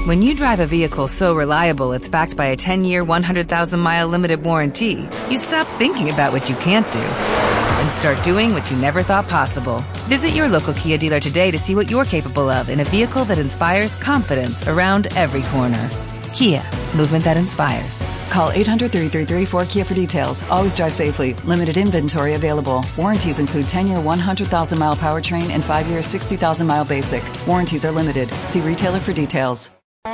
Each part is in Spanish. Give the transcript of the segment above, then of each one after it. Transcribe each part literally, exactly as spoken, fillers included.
When you drive a vehicle so reliable it's backed by a ten-year, one hundred thousand mile limited warranty, you stop thinking about what you can't do and start doing what you never thought possible. Visit your local Kia dealer today to see what you're capable of in a vehicle that inspires confidence around every corner. Kia, movement that inspires. Call eight hundred, three three three, four K I A for details. Always drive safely. Limited inventory available. Warranties include ten-year, one hundred thousand mile powertrain and five-year, sixty thousand mile basic. Warranties are limited. See retailer for details.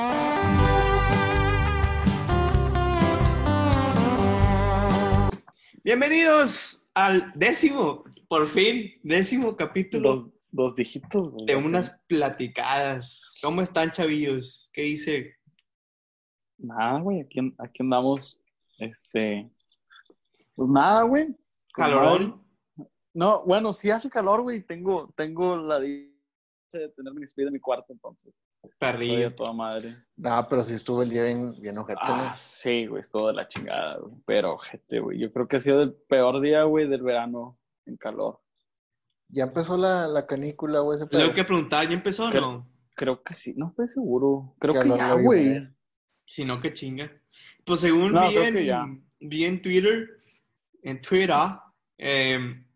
Bienvenidos al décimo, por fin, décimo capítulo. Dos, dos dígitos. Güey. De unas platicadas. ¿Cómo están, chavillos? ¿Qué dice? Nada, güey, aquí, aquí andamos, este, pues nada, güey. ¿Calorón? No, bueno, sí hace calor, güey, tengo, tengo la dicha de tener mi speed en mi cuarto, entonces. Perrillo. Toda madre. No, pero sí estuvo el día bien, bien ojete, Ah, ¿no? sí, güey, estuvo de la chingada, güey, pero ojete, güey, yo creo que ha sido el peor día, güey, del verano en calor. Ya empezó la, la canícula, güey, ese Tengo pedo. que preguntar, ¿ya empezó o no? Creo que sí, no estoy seguro, creo Que que lo- ya, lo iba a güey. ver. Si no, qué chinga. Pues según No, vi, creo en, que ya. vi en Twitter, en Twitter, eh,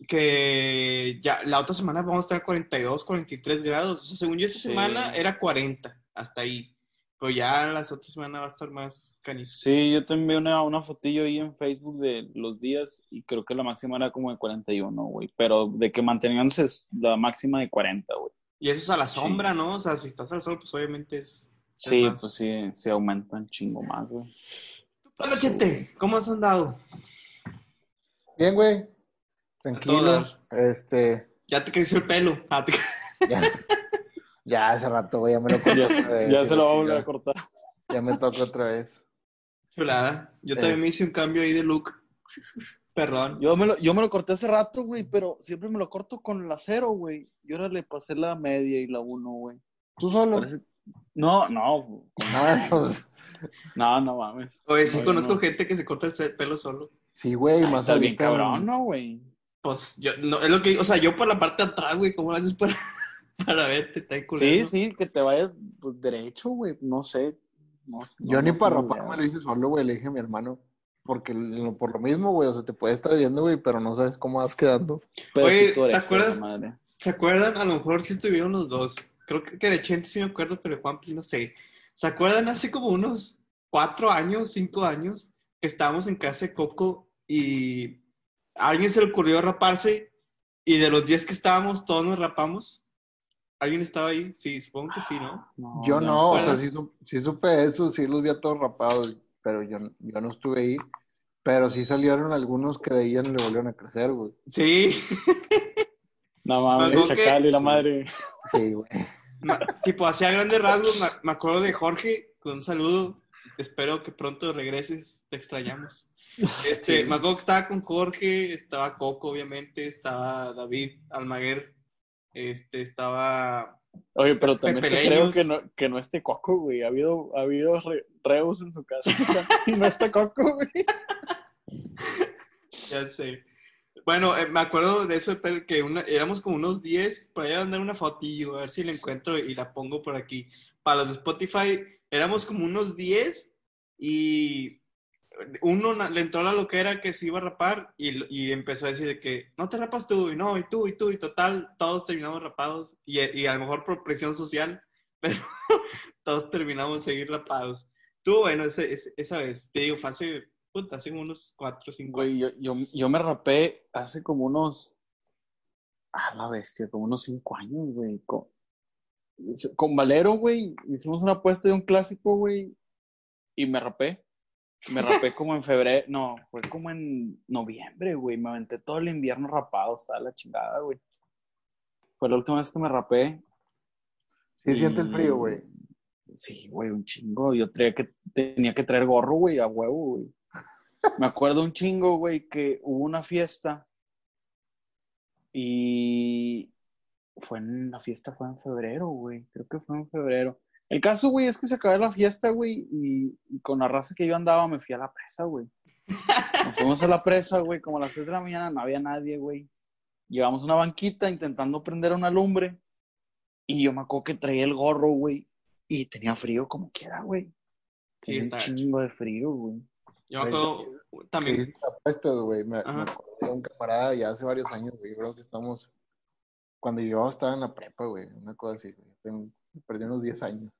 que ya la otra semana vamos a estar cuarenta y dos, cuarenta y tres grados. O sea, según yo, esta Sí. semana era cuarenta, hasta ahí. Pero ya las otras semanas va a estar más canijo. Sí, yo te envié una, una fotillo ahí en Facebook de los días y creo que la máxima era como de cuarenta y uno, güey. Pero de que manteníanse es la máxima de cuarenta, güey. Y eso es a la Sí. sombra, ¿no? O sea, si estás al sol, pues obviamente es... Sí, más. pues sí, se aumenta un chingo más, güey. Hola, Chete, ¿cómo has andado? Bien, güey. A todo Tranquilo. dar. Este, Ya te creció el pelo. Ah, te- ya, ya hace rato, güey, ya me lo corté Ya, otra vez. ya y se la lo va a volver chingada. a cortar. Ya me toca otra vez. Chulada. Yo también Es- me hice un cambio ahí de look. Perdón. Yo me, lo, yo me lo corté hace rato, güey, pero siempre me lo corto con la cero, güey. Y ahora le pasé la media y la uno, güey. ¿Tú solo? Parece... No, no, Ah, pues, no, no mames. Oye, sí No, yo conozco no. gente que se corta el ce- pelo solo. sí, güey, Ah, más está bien ahorita en- cabrón, ¿no, güey? Pues yo, no, es lo que, o sea, yo por la parte de atrás, güey, ¿cómo lo haces para, para verte? Está ahí Sí, culero. sí, que te vayas pues, derecho, güey. No sé. No, Yo no, ni no para tengo rapar idea. me lo hice solo, güey, le dije a mi hermano. Porque lo- por lo mismo, güey, o sea, te puede estar viendo, güey, pero no sabes cómo vas quedando. Pero Oye, sí, tú ¿te eres, acuerdas? la madre. ¿Se acuerdan? A lo mejor sí estuvieron los dos. Creo que, que de Chente sí me acuerdo, pero de Juanpi no sé. ¿Se acuerdan hace como unos cuatro años, cinco años, que estábamos en casa de Coco y a alguien se le ocurrió raparse y de los diez que estábamos, todos nos rapamos? ¿Alguien estaba ahí? Sí, supongo que sí, ¿no? No, Yo me no, o sea, acuerdo. sí, su- sí supe eso, sí los vi a todos rapados, pero yo, yo no estuve ahí. Pero sí salieron algunos que de ahí ya no le volvieron a crecer, güey. Sí. No mames, Me el acuerdo chacal que- y la madre. Sí, güey. Ma- tipo, hacía grandes rasgos, me, me acuerdo de Jorge, con un saludo, espero que pronto regreses, te extrañamos. Este, Sí. me acuerdo que estaba con Jorge, estaba Coco, obviamente, estaba David Almaguer, este, estaba... Oye, pero también te creo Pepeleños. que no, que no esté Coco, güey. Ha habido, ha habido re- reus en su casa y no está Coco, güey. Ya sé. Bueno, eh, me acuerdo de eso, pero que una, éramos como unos diez, por ahí voy a mandar una fotillo, a ver si la encuentro y la pongo por aquí. Para los de Spotify, éramos como unos diez y uno na- le entró la loquera que se iba a rapar y, y empezó a decir de que no te rapas tú, y no, y tú, y tú, y total, todos terminamos rapados y, y a lo mejor por presión social, pero todos terminamos seguir rapados. Tú, bueno, ese, ese- esa vez, te digo, fue hace, puta, hace como unos cuatro o cinco Güey, yo, años. yo, yo me rapé hace como unos... Ah, la bestia, como unos cinco años, güey. Con, con Valero, güey, hicimos una apuesta de un clásico, güey, y me rapé. Me rapé como en febrero, no, fue como en noviembre, güey. Me aventé todo el invierno rapado, estaba la chingada, güey. Fue la última vez que me rapé. Sí y- siente el frío, güey. Sí, güey, un chingo. Yo traía que, tenía que traer gorro, güey, a huevo, güey. Me acuerdo un chingo, güey, que hubo una fiesta y fue en la fiesta, fue en febrero, güey. Creo que fue en febrero. El caso, güey, es que se acabó la fiesta, güey, y, y con la raza que yo andaba me fui a la presa, güey. Nos fuimos a la presa, güey, como a las tres de la mañana, no había nadie, güey. Llevamos una banquita intentando prender una lumbre y yo me acuerdo que traía el gorro, güey, y tenía frío como quiera, güey. Sí, Tenía un está gacho. chingo de frío, güey. Yo me acuerdo Que también. hiciste apuestas, güey. Me, me Ajá. acordé de un camarada ya hace varios años, güey. Yo creo que estamos. Cuando yo estaba en la prepa, güey. Una cosa así, güey. Tengo- Perdí unos diez años.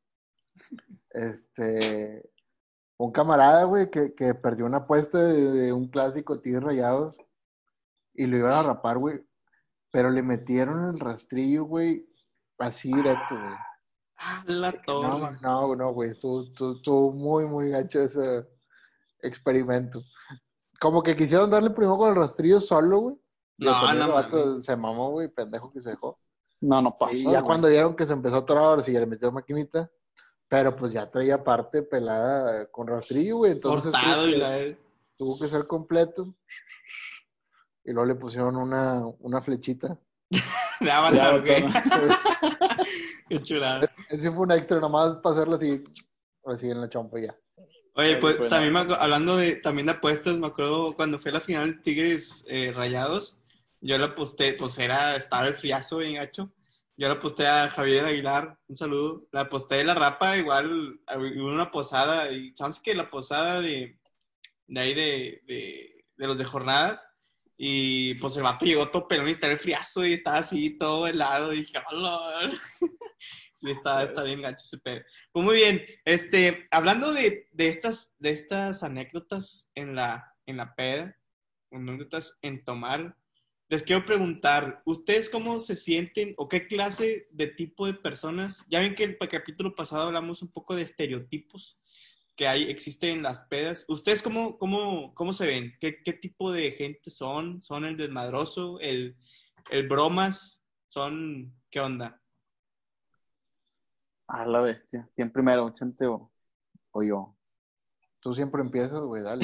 Este. Un camarada, güey, que, que perdió una apuesta de, de un clásico Tigres Rayados y lo iban a rapar, güey. Pero le metieron el rastrillo, güey, así directo, güey. Ah, la De que torre. no, no, no, güey. Estuvo, estuvo, estuvo muy, muy gacho ese experimento. Como que quisieron darle primero con el rastrillo solo, güey. Digo, No, también no el mames. vato se mamó, güey, pendejo que se dejó. No, no Y pasa, ya güey. cuando vieron que se empezó a atorar, ahora sí ya le metieron maquinita. Pero pues ya traía parte pelada con rastrillo, güey. Entonces tuvo Cortado y que, la tuvo que ser completo. Y luego le pusieron una, una flechita. de Ya, Avatar, ¿o qué? botón. Qué chulada. Ese fue un extra nomás para hacerlo así, así en la chompa y ya. Oye, Oye, pues pues, también no. me acu- hablando de también de apuestas, me acuerdo cuando fue la final Tigres eh, Rayados, yo le aposté, pues era, estaba el friazo bien gacho. Yo le aposté a Javier Aguilar, un saludo. Le aposté de la rapa, igual hubo una posada, y sabes que la posada de, de ahí de, de, de los de jornadas, y pues el vato llegó todo pelón y estaba el friazo y estaba así todo helado, y dije, hola. Sí, está, está bien gacho ese pedo. Pues muy bien, este, hablando de, de estas, de estas anécdotas en la, en la peda, anécdotas en tomar, les quiero preguntar, ¿ustedes cómo se sienten o qué clase de tipo de personas? Ya ven que el capítulo pasado hablamos un poco de estereotipos que hay, existen en las pedas. ¿Ustedes cómo, cómo, cómo se ven? ¿Qué, qué tipo de gente son? ¿Son el desmadroso? ¿El, el bromas? ¿Son qué onda? A la bestia. ¿Quién primero, Chente o, o yo? Tú siempre empiezas, güey, dale.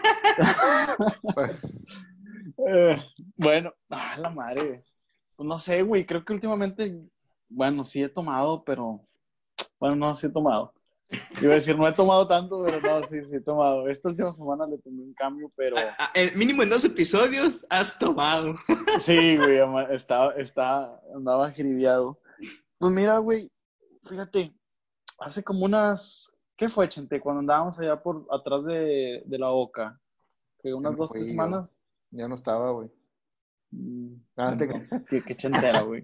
Eh, bueno, a la madre. Pues no sé, güey. Creo que últimamente, bueno, sí he tomado, pero. Bueno, no, sí he tomado. Iba a decir, no he tomado tanto, pero no, sí, sí he tomado. Esta última semana le tomé un cambio, pero. A- a- el mínimo en dos episodios has tomado. Sí, güey, ama- estaba, estaba, andaba jiribiado. Pues mira, güey, fíjate, hace como unas, ¿qué fue, Chente? Cuando andábamos allá por atrás de, de la Oca, que Ya unas me dos, tres fui yo. semanas. Ya no estaba, güey. Mm, Ah, te creas. entonces, qué, qué chentera, güey.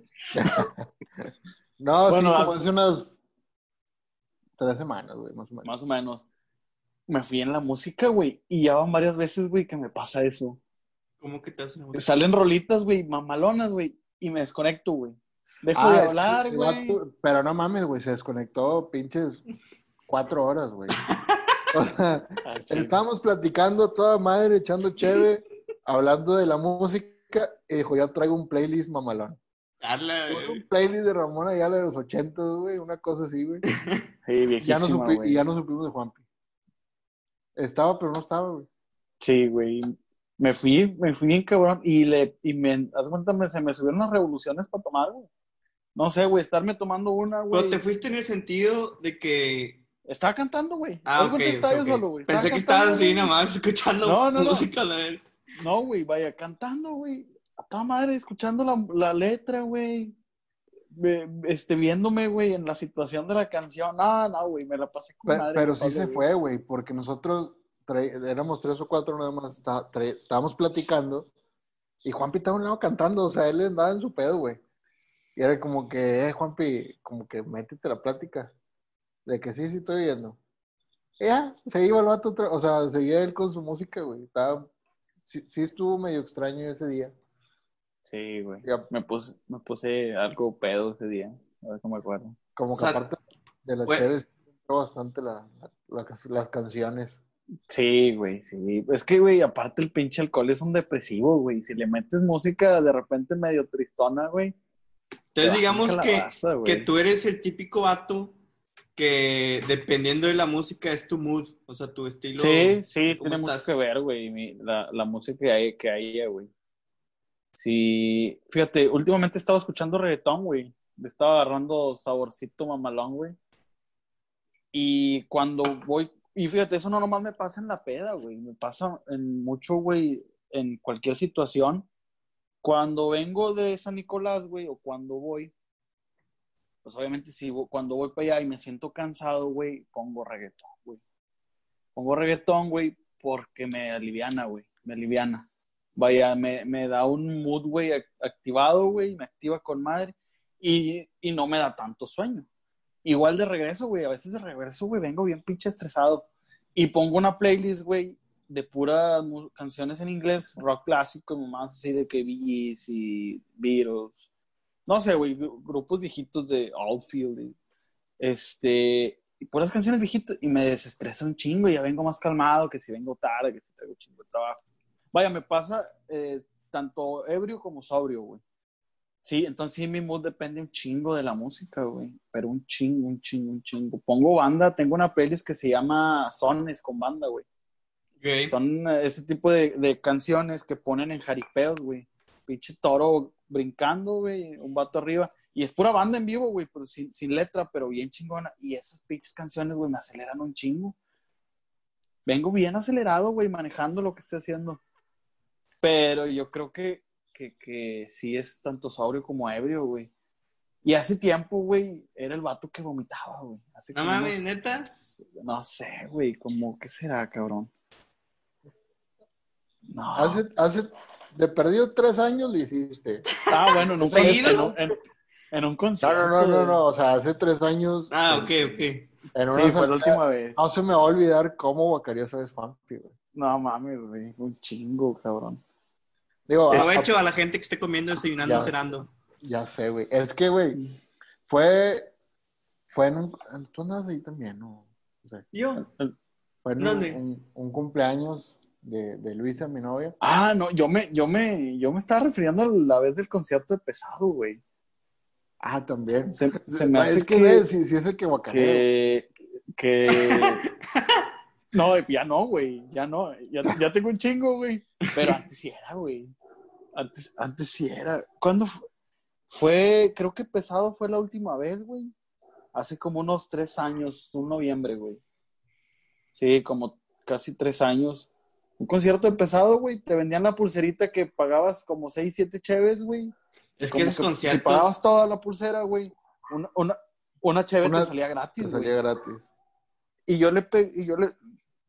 No, sí, Bueno, como haz- hace unas tres semanas, güey, más o menos. más o menos. Me fui en la música, güey, y ya van varias veces, güey, que me pasa eso. ¿Cómo que te hacen la música? Salen rolitas, güey, mamalonas, güey, y me desconecto, güey. Dejo de Ah, es que hablar, el güey. vato, pero no mames, güey, se desconectó pinches cuatro horas, güey. O sea, Al chile. estábamos platicando toda madre, echando cheve, hablando de la música, y dijo, ya traigo un playlist mamalón. Carla, Pon un güey. playlist de Ramón Ayala de los ochentas, güey, una cosa así, güey. Sí, Ya no viejísima, supi- y güey. ya no supimos de Juanpi. Estaba, pero no estaba, güey. Sí, güey. Me fui, me fui bien cabrón y le, y me, haz de cuenta, me- se me subieron las revoluciones para tomar, güey. No sé, güey, estarme tomando una, Pero te güey. fuiste en el sentido de que... Estaba cantando, güey. Ah, Haz de ok, cuenta, o sea, estaba yo ok. solo, güey. Estaba Pensé que estabas cantando, así nada güey. más escuchando No, no, no. música a la vez. No, güey, vaya, cantando, güey. A toda madre, escuchando la, la letra, güey. Ve- Este, viéndome, güey, en la situación de la canción. No, no, güey, me la pasé con Pe- madre yo pero sí solo, se güey. fue, güey, porque nosotros trae- éramos tres o cuatro nada más, está- trae- estábamos platicando y Juanpi estaba a un lado cantando, o sea, él andaba en su pedo, güey. Y era como que, eh, Juanpi, como que métete la plática, de que sí, sí estoy viendo. Y ya, se iba el vato, otra- o sea, seguía él con su música, güey. Estaba, sí, sí estuvo medio extraño ese día. Sí, güey. Ya, Me puse, me puse algo pedo ese día. A ver cómo me acuerdo. como O que sea, aparte de las güey, chéves, bastante la, la- la- las canciones. Sí, güey, sí. Es que, güey, aparte el pinche alcohol es un depresivo, güey. Si le metes música de repente medio tristona, güey, te entonces vas en digamos que, calabaza, que güey. tú eres el típico vato que dependiendo de la música es tu mood, o sea, tu estilo, Sí, sí, cómo tiene mucho que estás. ver, güey, mi- la, la música que hay, que hay, güey. Sí, fíjate, últimamente he estado escuchando reggaetón, güey. Le estaba agarrando saborcito mamalón, güey. Y cuando voy, y fíjate, eso no nomás me pasa en la peda, güey. Me pasa en mucho, güey, en cualquier situación. Cuando vengo de San Nicolás, güey, o cuando voy, pues obviamente si vo- cuando voy para allá y me siento cansado, güey, pongo reggaetón, güey. Pongo reggaetón, güey, porque me aliviana, güey, me aliviana. Vaya, me, me da un mood, güey, ac- activado, güey, me activa con madre y, y no me da tanto sueño. Igual de regreso, güey, a veces de regreso, güey, vengo bien pinche estresado y pongo una playlist, güey, de puras mu- canciones en inglés, rock clásico, más así de que Bee Gees y Beatles, no sé, güey, gru- grupos viejitos de Outfield, y, este, y puras canciones viejitas y me desestresa un chingo y ya vengo más calmado que si vengo tarde, que si traigo un chingo de trabajo. Vaya, me pasa eh, tanto ebrio como sobrio, güey. Sí, entonces sí, mi mood depende un chingo de la música, güey. Pero un chingo, un chingo, un chingo. Pongo banda, tengo una playlist que se llama Sones con banda, güey. Ok. Son eh, ese tipo de, de canciones que ponen en jaripeos, güey. Pinche toro brincando, güey, un vato arriba. Y es pura banda en vivo, güey, pero sin, sin letra, pero bien chingona. Y esas pinches canciones, güey, me aceleran un chingo. Vengo bien acelerado, güey, manejando lo que estoy haciendo. Pero yo creo que, que, que sí es tanto sobrio como ebrio, güey. Y hace tiempo, güey, era el vato que vomitaba, güey. Hace No como mames, unos, neta. no sé, güey, como, ¿qué será, cabrón? No. Hace, hace, de perdido tres años lo hiciste. Ah, bueno, en un, con- en un, ¿Seguidos? en, en un No, no, no, concierto. no, no, o sea, hace tres años Ah, ok, en, ok. en una Sí, fue la asamblea, última vez. no se me va a olvidar cómo guacareó esa vez Juanpi, güey. No mames, güey, un chingo, cabrón. Digo, a- a- Provecho a la gente que esté comiendo, desayunando, ya, cenando. ya sé, güey. Es que, güey, fue, fue en un, tú andabas ahí también, ¿no? O sea, ¿Yo? fue en un, ¿Dónde? un, un cumpleaños de, de Luisa, mi novia. Ah, no, yo me, yo me, yo me estaba refiriendo a la vez del concierto de Pesado, güey. Ah, también. Se, se me Es hace que, güey, que, sí, sí es el que guacarea, güey. que, que, no, ya no, güey, ya no, ya, ya tengo un chingo, güey. Pero antes sí era, güey. Antes, antes sí era. ¿Cuándo fue? Fue, creo que Pesado fue la última vez, güey. Hace como unos tres años, un noviembre, güey. Sí, como casi tres años. Un concierto de Pesado, güey. Te vendían la pulserita que pagabas como seis, siete cheves, güey. Y Es que como esos que si pagabas conciertos. toda la pulsera, güey, una, una, una cheve te Una salía te gratis, güey. salía gratis. Y yo le pegué, y yo le,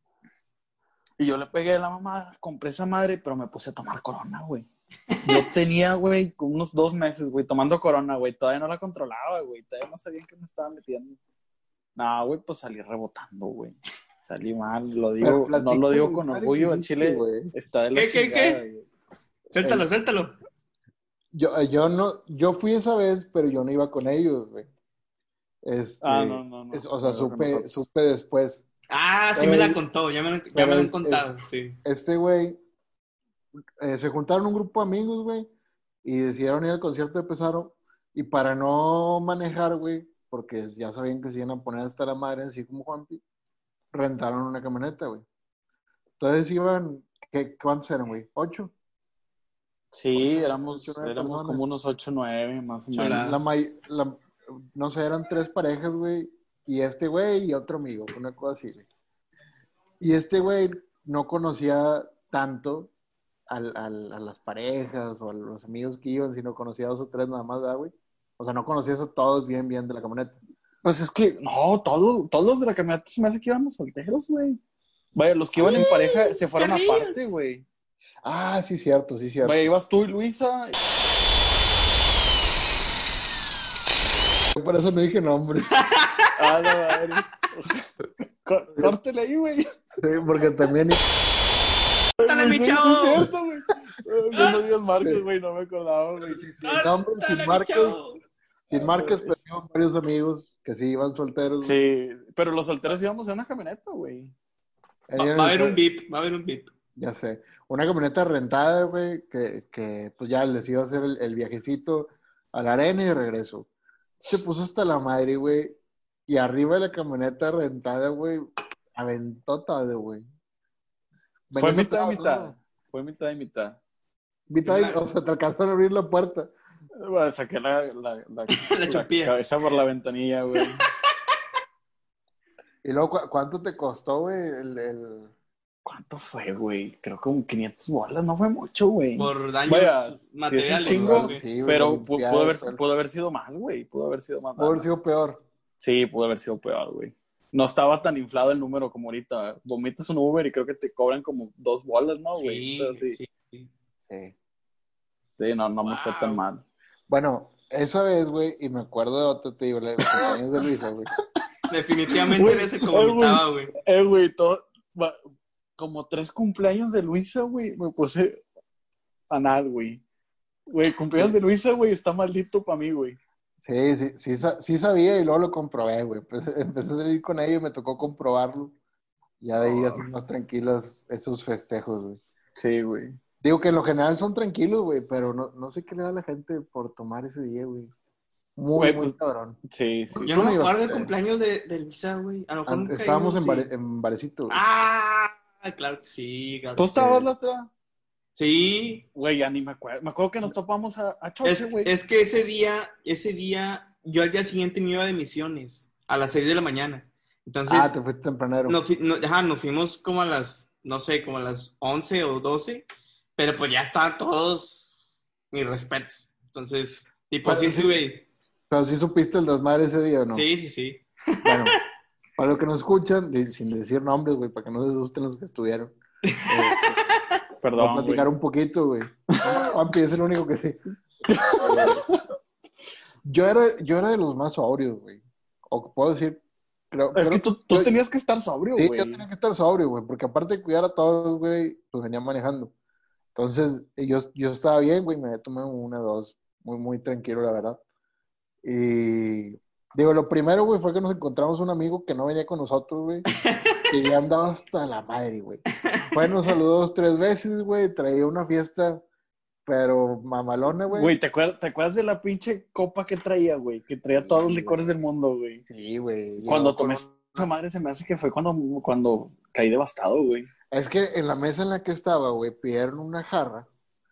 y yo le pegué a la mamá, compré esa madre, pero me puse a tomar Corona, güey. Yo tenía, güey, unos dos meses, güey, tomando Corona, güey. Todavía no la controlaba, güey. Todavía no sabía en qué me estaba metiendo. No, güey, pues salí rebotando, güey. Salí mal, lo Pero digo, no lo platica digo el con desmadre que orgullo, a hiciste, Chile güey. está de la ¿Qué, qué, chingada, qué? güey. Suéltalo, El- suéltalo. yo, yo no, yo fui esa vez, pero yo no iba con ellos, güey. Ah, no, Este, no, no. es- o sea, No iba con supe, nosotros. supe después. Ah, sí me Pero, la contó, ya me, lo- ya pero me lo han es, es- contado, sí. este güey, eh, se juntaron un grupo de amigos, güey, y decidieron ir al concierto de Pesaro. Y para no manejar, güey, porque ya sabían que se iban a poner hasta la madre, así como Juanpi, rentaron una camioneta, güey. Entonces iban, ¿qué, ¿cuántos eran, güey? ¿Ocho? Sí, ¿Ocho, ocho, éramos, nueve éramos como personas? unos ocho, nueve, más o menos. La, Chulada. may- la- no sé, eran tres parejas, güey, y este güey y otro amigo, una cosa así, güey. Y este güey no conocía tanto al, al- a las parejas o a los amigos que iban, sino conocía a dos o tres nada más, ¿verdad, güey? O sea, no conocías a todos bien, bien de la camioneta. Pues es que, no, todo, todos los de la camioneta se me hace que íbamos solteros, güey. Vaya, los que iban en pareja se fueron aparte, Perrillos. güey. Ah, sí, cierto, sí, cierto. Vaya, ibas tú y Luisa. Por eso no dije nombre. Ah, no, madre. Có- Córtele ahí, güey. Sí, porque también. ¡Córtale, mi Sí, sí, chavo! es cierto, güey. Eh, No, no digas marcas, güey, no me acordaba, güey. Sí, sí. Nombres sin ¡Córtale, mi marcas, chavo! sin marcas, pero iban varios amigos que sí iban solteros. güey. Sí, pero los solteros íbamos en una camioneta, güey. Va, Ellos- va a haber un beep, va a haber un beep. Ya sé. Una camioneta rentada, güey, que, que pues ya les iba a hacer el, el viajecito a la arena y de regreso. Se puso hasta la madre, güey. Y arriba de la camioneta rentada, güey, aventó todo, güey. Fue Venías mitad y atrás, mitad. ¿no? Fue mitad y mitad. Mitad y- o sea, te alcanzaron a abrir la puerta. Bueno, saqué la, la, la, la chupilla. cabeza por la ventanilla, güey. Y luego, ¿cu- ¿cuánto te costó, güey, el, el, ¿Cuánto fue, güey? Creo que como quinientas bolas, no fue mucho, güey. Por daños Vaya, materiales. sí es un chingo, güey. Sí, güey, pero la pu- pudo, limpiada, haber, todo el- pudo haber sido más, güey. Pudo haber sido más. Pudo haber lana. sido peor. Sí, pudo haber sido peor, güey. No estaba tan inflado el número como ahorita. Vomitas un Uber y creo que te cobran como dos bolas, ¿no, güey? Sí, Pero sí, sí, sí. Sí. sí, no, no me fue tan Wow. mal. Bueno, esa vez, güey, y me acuerdo de otro, te digo, los cumpleaños de Luisa, güey. Definitivamente Güey, eres el que eh, güey. vomitaba, güey. Eh, güey, todo, va- como tres cumpleaños de Luisa, güey, me puse anal, güey. Güey, cumpleaños de Luisa, güey, está maldito para mí, güey. Sí, sí, sí, sa- sí sabía y luego lo comprobé, güey. Pues empecé a salir con ella y me tocó comprobarlo. Ya de ahí así más tranquilos esos festejos, güey. Sí, güey. Digo que en lo general son tranquilos, güey, pero no, no sé qué le da a la gente por tomar ese día, güey. Muy, Güey, muy pues, cabrón. sí, sí. Yo Tú no no me ibas, acuerdo del eh. cumpleaños de, de Luisa, güey. A lo mejor An- nunca Estábamos iba, en, sí. Bare- en Barecito, güey. Ah, claro que sí, claro ¿Tú que sí. estabas la otra? Sí, Güey, ya ni me acuerdo. Me acuerdo que nos topamos a, a Choche, es, güey. es que ese día, ese día, yo al día siguiente me iba de misiones, a las seis de la mañana. Entonces, Ah, te fuiste tempranero. nos, fui- no- ajá, nos fuimos como a las, no sé, como a las once o doce, pero pues ya estaban todos mis respetos. Entonces, tipo, Pero sí sí- estuve ahí. Pero sí supiste el desmadre ese día, ¿o no? Sí, sí, sí. Bueno, para los que nos escuchan, de- sin decir nombres, güey, para que no se asusten los que estuvieron. Eh, Voy a Perdón, güey. platicar un poquito, güey. No, Juanpi es el único que sí. Eh, yo, era, yo era de los más sobrios, güey. O puedo decir, creo, Es creo que tú, tú yo- tenías que estar sobrio, sí, güey. yo tenía que estar sobrio, güey, porque aparte de cuidar a todos, güey, pues venía manejando. Entonces, yo, yo estaba bien, güey, me tomé una, dos, muy, muy tranquilo, la verdad. Y digo, lo primero, güey, fue que nos encontramos un amigo que no venía con nosotros, güey, que ya andaba hasta la madre, güey. Fue, nos saludó dos, tres veces, güey, traía una fiesta, pero mamalona, güey. Güey, ¿te acuerdas, ¿te acuerdas de la pinche copa que traía, güey? Que traía Sí, todos los güey. licores del mundo, güey. Sí, güey. Cuando llegó con tomé un- esa madre se me hace que fue cuando, cuando caí devastado, güey. Es que en la mesa en la que estaba, güey, pidieron una jarra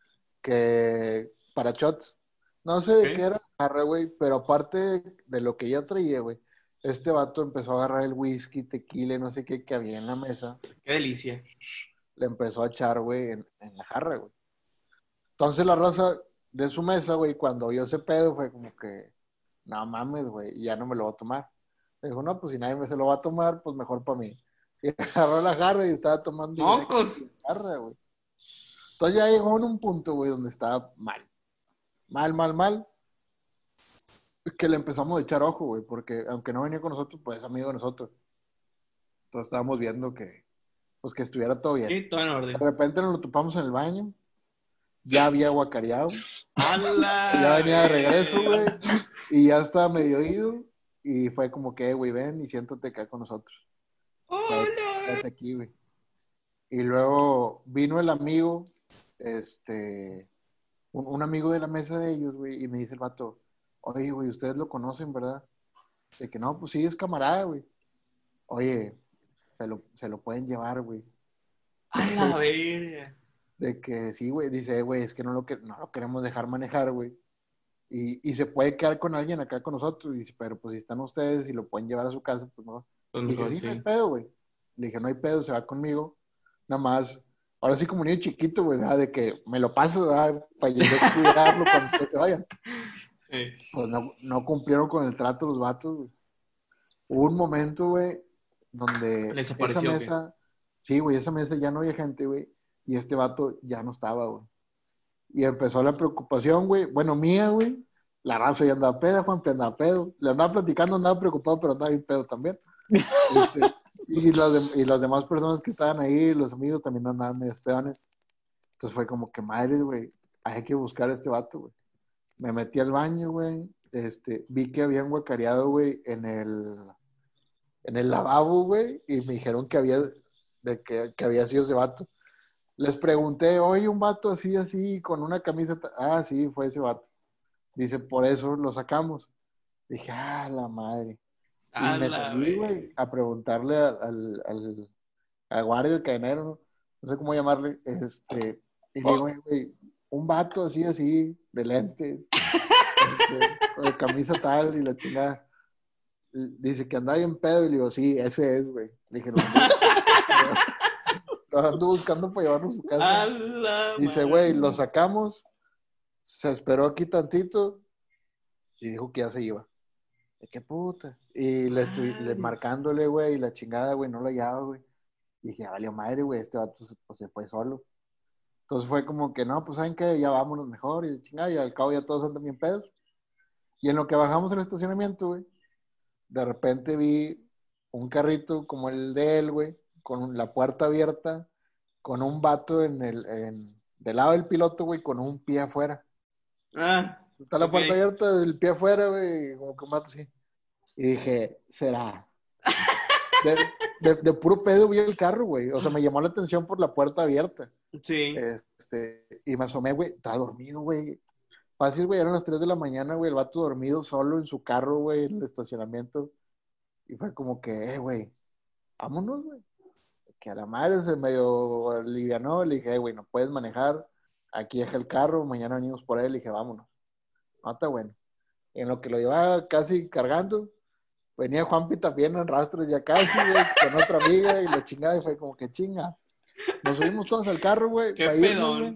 que para shots. No sé de Ok. qué era la jarra, güey, pero aparte de lo que ya traía, güey, este vato empezó a agarrar el whisky, tequila, y no sé qué que había en la mesa, Qué delicia. le empezó a echar, güey, en, en la jarra, güey. Entonces la raza de su mesa, güey, cuando vio ese pedo, fue como que, no mames, güey, ya no me lo voy a tomar. Le dijo, no, pues si nadie me se lo va a tomar, pues mejor para mí. Y agarró la jarra y estaba tomando directo ¡Mocos! de la jarra, güey. Entonces ya llegó en un punto, güey, donde estaba mal. Mal, mal, mal. Que le empezamos a echar ojo, güey, porque aunque no venía con nosotros, pues es amigo de nosotros. Entonces estábamos viendo que, pues que estuviera todo bien. Sí, todo en De orden. repente nos lo topamos en el baño. Ya había guacareado. ¡Hala! Ya venía de regreso, güey. Y ya estaba medio ido. Y fue como que, güey, ven y siéntate acá con nosotros. ¡Hola! Quédate aquí, güey. Y luego vino el amigo, este, un, un amigo de la mesa de ellos, güey, y me dice el vato, oye, güey, ustedes lo conocen, ¿verdad? De que no, pues sí, es camarada, güey. Oye, se lo, se lo pueden llevar, güey. ¡A la verga! De que sí, güey, dice, güey, es que no lo, que, no lo queremos dejar manejar, güey. Y, y se puede quedar con alguien acá con nosotros. Y dice, pero pues si están ustedes y lo pueden llevar a su casa, pues no. Pues Le dije, mejor sí, no hay sí. pedo, güey. Le dije, no hay pedo, se va conmigo. Nada más, ahora sí como niño chiquito, güey, ¿verdad? De que me lo paso, ¿verdad? Para yo cuidarlo cuando ustedes se vayan. Sí. Pues no, no cumplieron con el trato los vatos, güey. Hubo un momento, güey, donde ¿Les esa apareció o qué? mesa, sí, güey, esa mesa ya no había gente, güey, y este vato ya no estaba, güey. Y empezó la preocupación, güey, bueno, mía, güey, la raza ya andaba peda, Juan, andaba pedo, le andaba platicando, andaba preocupado, pero andaba bien pedo también. Este, y, las de- y las demás personas que estaban ahí, los amigos también andaban medio pedones. Entonces fue como que madre, güey, hay que buscar a este vato, güey. Me metí al baño, güey, este, vi que habían guacareado, güey, en el, en el lavabo, güey, y me dijeron que había, de que, que había sido ese vato. Les pregunté, oye, un vato así, así, con una camiseta. Ah, sí, fue ese vato. Dice, por eso lo sacamos. Dije, ah, la madre. Y ¡A me la salí, verga! güey, a preguntarle al, al, al, al guardia, al cadenero, ¿no? No sé cómo llamarle, este, y le digo, "Oye, güey, un vato así, así, de lentes, este, de camisa tal y la chingada. Dice que andaba bien pedo y le digo, sí, ese es, güey. Le dije, no, ando buscando para llevarnos a su casa. A la Dice, madre. güey, lo sacamos, se esperó aquí tantito y dijo que ya se iba. ¿De qué puta? Y le estoy le Madres. marcándole, güey, y la chingada, güey, no lo hallaba, güey. Y dije, valió madre, güey, este vato se, pues, se fue solo. Entonces fue como que, no, pues, ¿saben qué? Ya vámonos mejor, y chingada, y al cabo ya todos andan bien pedos. Y en lo que bajamos el estacionamiento, güey, de repente vi un carrito como el de él, güey, con la puerta abierta, con un vato en el, en, del lado del piloto, güey, con un pie afuera. Ah, Está la ok. puerta abierta, del pie afuera, güey, como que un vato así. Y dije, ¿será? De, de, de puro pedo vi el carro, güey. O sea, me llamó la atención por la puerta abierta. Sí. Este, y me asomé, güey, estaba dormido, güey. Fácil, güey, eran las tres de la mañana, güey, el vato dormido solo en su carro, güey, en el estacionamiento. Y fue como que, eh, güey, vámonos, güey. Que a la madre se medio alivianó. Le dije, eh, güey, no puedes manejar. Aquí deja el carro, mañana venimos por él. Le dije, vámonos. No, está bueno. Y en lo que lo llevaba casi cargando, venía Juanpi también en rastros ya casi, güey, con otra amiga y la chingada. Y fue como que chinga. Nos subimos todos al carro, güey, Qué para irnos, güey. pedón.